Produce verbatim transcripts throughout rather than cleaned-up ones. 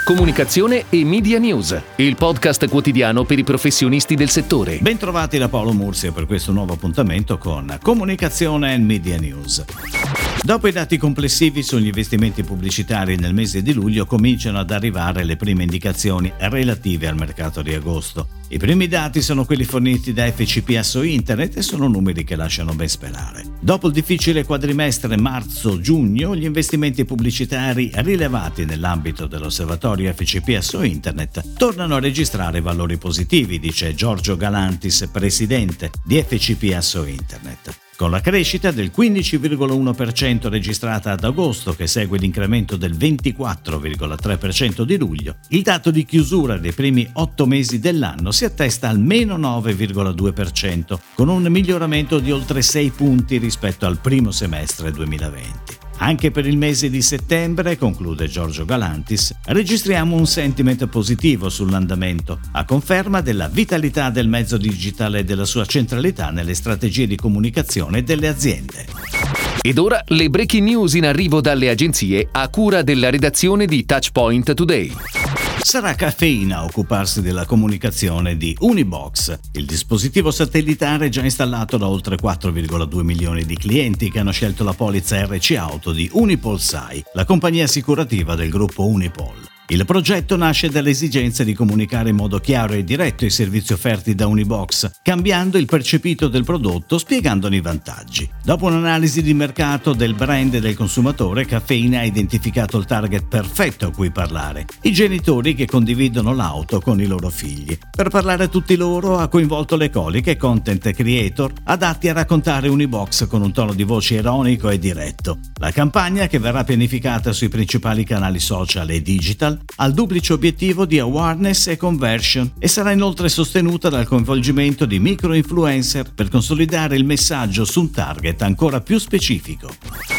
Comunicazione e Media News, il podcast quotidiano per i professionisti del settore. Bentrovati da Paolo Mursia per questo nuovo appuntamento con Comunicazione e Media News. Dopo i dati complessivi sugli investimenti pubblicitari nel mese di luglio cominciano ad arrivare le prime indicazioni relative al mercato di agosto. I primi dati sono quelli forniti da F C P Asso Internet e sono numeri che lasciano ben sperare. Dopo il difficile quadrimestre marzo-giugno, gli investimenti pubblicitari rilevati nell'ambito dell'osservatorio F C P Asso Internet tornano a registrare valori positivi, dice Giorgio Galantis, presidente di F C P Asso Internet. Con la crescita del quindici virgola uno per cento registrata ad agosto, che segue l'incremento del ventiquattro virgola tre per cento di luglio, il dato di chiusura dei primi otto mesi dell'anno si attesta al meno nove virgola due per cento, con un miglioramento di oltre sei punti rispetto al primo semestre duemilaventi. Anche per il mese di settembre, conclude Giorgio Galantis, registriamo un sentiment positivo sull'andamento, a conferma della vitalità del mezzo digitale e della sua centralità nelle strategie di comunicazione delle aziende. Ed ora le breaking news in arrivo dalle agenzie a cura della redazione di Touchpoint Today. Sarà Caffeina a occuparsi della comunicazione di Unibox, il dispositivo satellitare già installato da oltre quattro virgola due milioni di clienti che hanno scelto la polizza R C Auto di UnipolSai, la compagnia assicurativa del gruppo Unipol. Il progetto nasce dall'esigenza di comunicare in modo chiaro e diretto i servizi offerti da Unibox, cambiando il percepito del prodotto, spiegandone i vantaggi. Dopo un'analisi di mercato del brand e del consumatore, Caffeina ha identificato il target perfetto a cui parlare: i genitori che condividono l'auto con i loro figli. Per parlare a tutti loro ha coinvolto le coliche content creator adatti a raccontare Unibox con un tono di voce ironico e diretto. La campagna, che verrà pianificata sui principali canali social e digital, ha il duplice obiettivo di awareness e conversion e sarà inoltre sostenuta dal coinvolgimento di micro-influencer per consolidare il messaggio su un target ancora più specifico.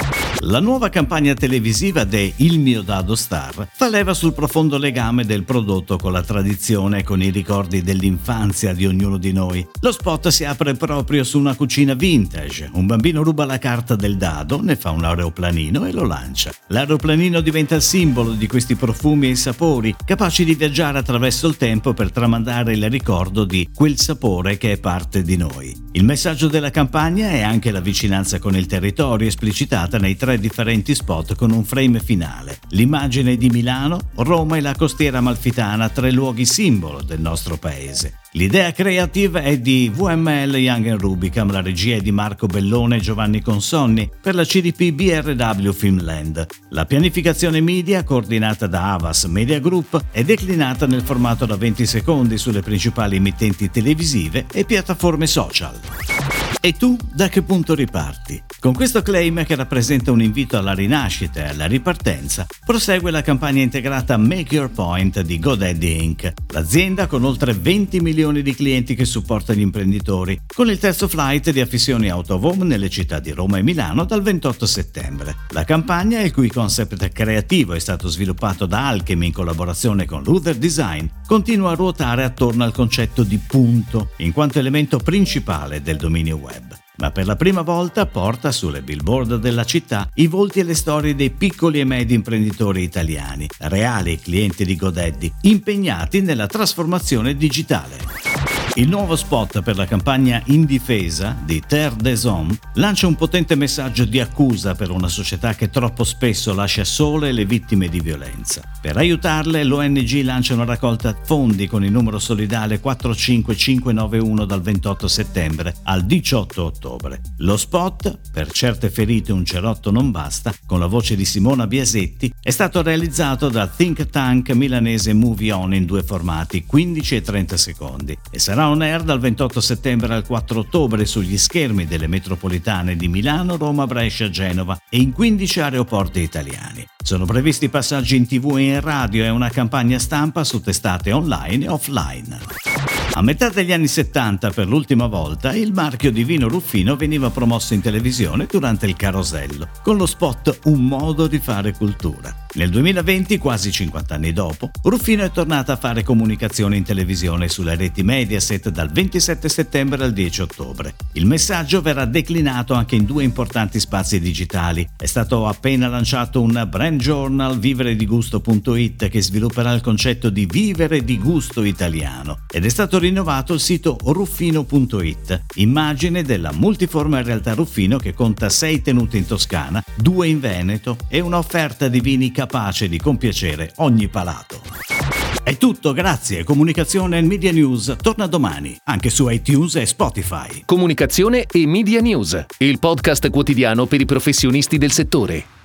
La nuova campagna televisiva de Il mio dado star fa leva sul profondo legame del prodotto con la tradizione e con i ricordi dell'infanzia di ognuno di noi. Lo spot si apre proprio su una cucina vintage. Un bambino ruba la carta del dado, ne fa un aeroplanino e lo lancia. L'aeroplanino diventa il simbolo di questi profumi e sapori, capaci di viaggiare attraverso il tempo per tramandare il ricordo di quel sapore che è parte di noi. Il messaggio della campagna è anche la vicinanza con il territorio, esplicitata nei tre differenti spot con un frame finale. L'immagine di Milano, Roma e la costiera amalfitana, tre luoghi simbolo del nostro paese. L'idea creativa è di V M L Young and Rubicam, la regia è di Marco Bellone e Giovanni Consonni per la C D P B R W Filmland. La pianificazione media, coordinata da Havas Media Group, è declinata nel formato da venti secondi sulle principali emittenti televisive e piattaforme social. E tu da che punto riparti? Con questo claim, che rappresenta un invito alla rinascita e alla ripartenza, prosegue la campagna integrata Make Your Point di GoDaddy Incorporated, l'azienda con oltre venti milioni di clienti che supporta gli imprenditori, con il terzo flight di affissioni out of home nelle città di Roma e Milano dal ventotto settembre. La campagna, il cui concept creativo è stato sviluppato da Alchemy in collaborazione con Luther Design, continua a ruotare attorno al concetto di punto, in quanto elemento principale del dominio web. Ma per la prima volta porta sulle billboard della città i volti e le storie dei piccoli e medi imprenditori italiani, reali clienti di GoDaddy, impegnati nella trasformazione digitale. Il nuovo spot per la campagna Indifesa di Terre des Hommes lancia un potente messaggio di accusa per una società che troppo spesso lascia sole le vittime di violenza. Per aiutarle, l'O N G lancia una raccolta fondi con il numero solidale quattro cinque cinque nove uno dal ventotto settembre al diciotto ottobre. Lo spot, Per certe ferite un cerotto non basta, con la voce di Simona Biasetti, è stato realizzato dal think tank milanese Movie On in due formati, quindici e trenta secondi, e sarà on air dal ventotto settembre al quattro ottobre sugli schermi delle metropolitane di Milano, Roma, Brescia, Genova e in quindici aeroporti italiani. Sono previsti passaggi in tivù e in radio e una campagna stampa su testate online e offline. A metà degli anni settanta, per l'ultima volta, il marchio di vino Ruffino veniva promosso in televisione durante il Carosello, con lo spot Un modo di fare cultura. Nel duemilaventi, quasi cinquanta anni dopo, Ruffino è tornata a fare comunicazione in televisione sulle reti Mediaset dal ventisette settembre al dieci ottobre. Il messaggio verrà declinato anche in due importanti spazi digitali. È stato appena lanciato un brand journal, vivere di gusto punto it, che svilupperà il concetto di vivere di gusto italiano, ed è stato rinnovato il sito ruffino punto it, immagine della multiforme realtà Ruffino che conta sei tenute in Toscana, due in Veneto e un'offerta di vini capace di compiacere ogni palato. È tutto, grazie. Comunicazione e Media News torna domani, anche su iTunes e Spotify. Comunicazione e Media News, il podcast quotidiano per i professionisti del settore.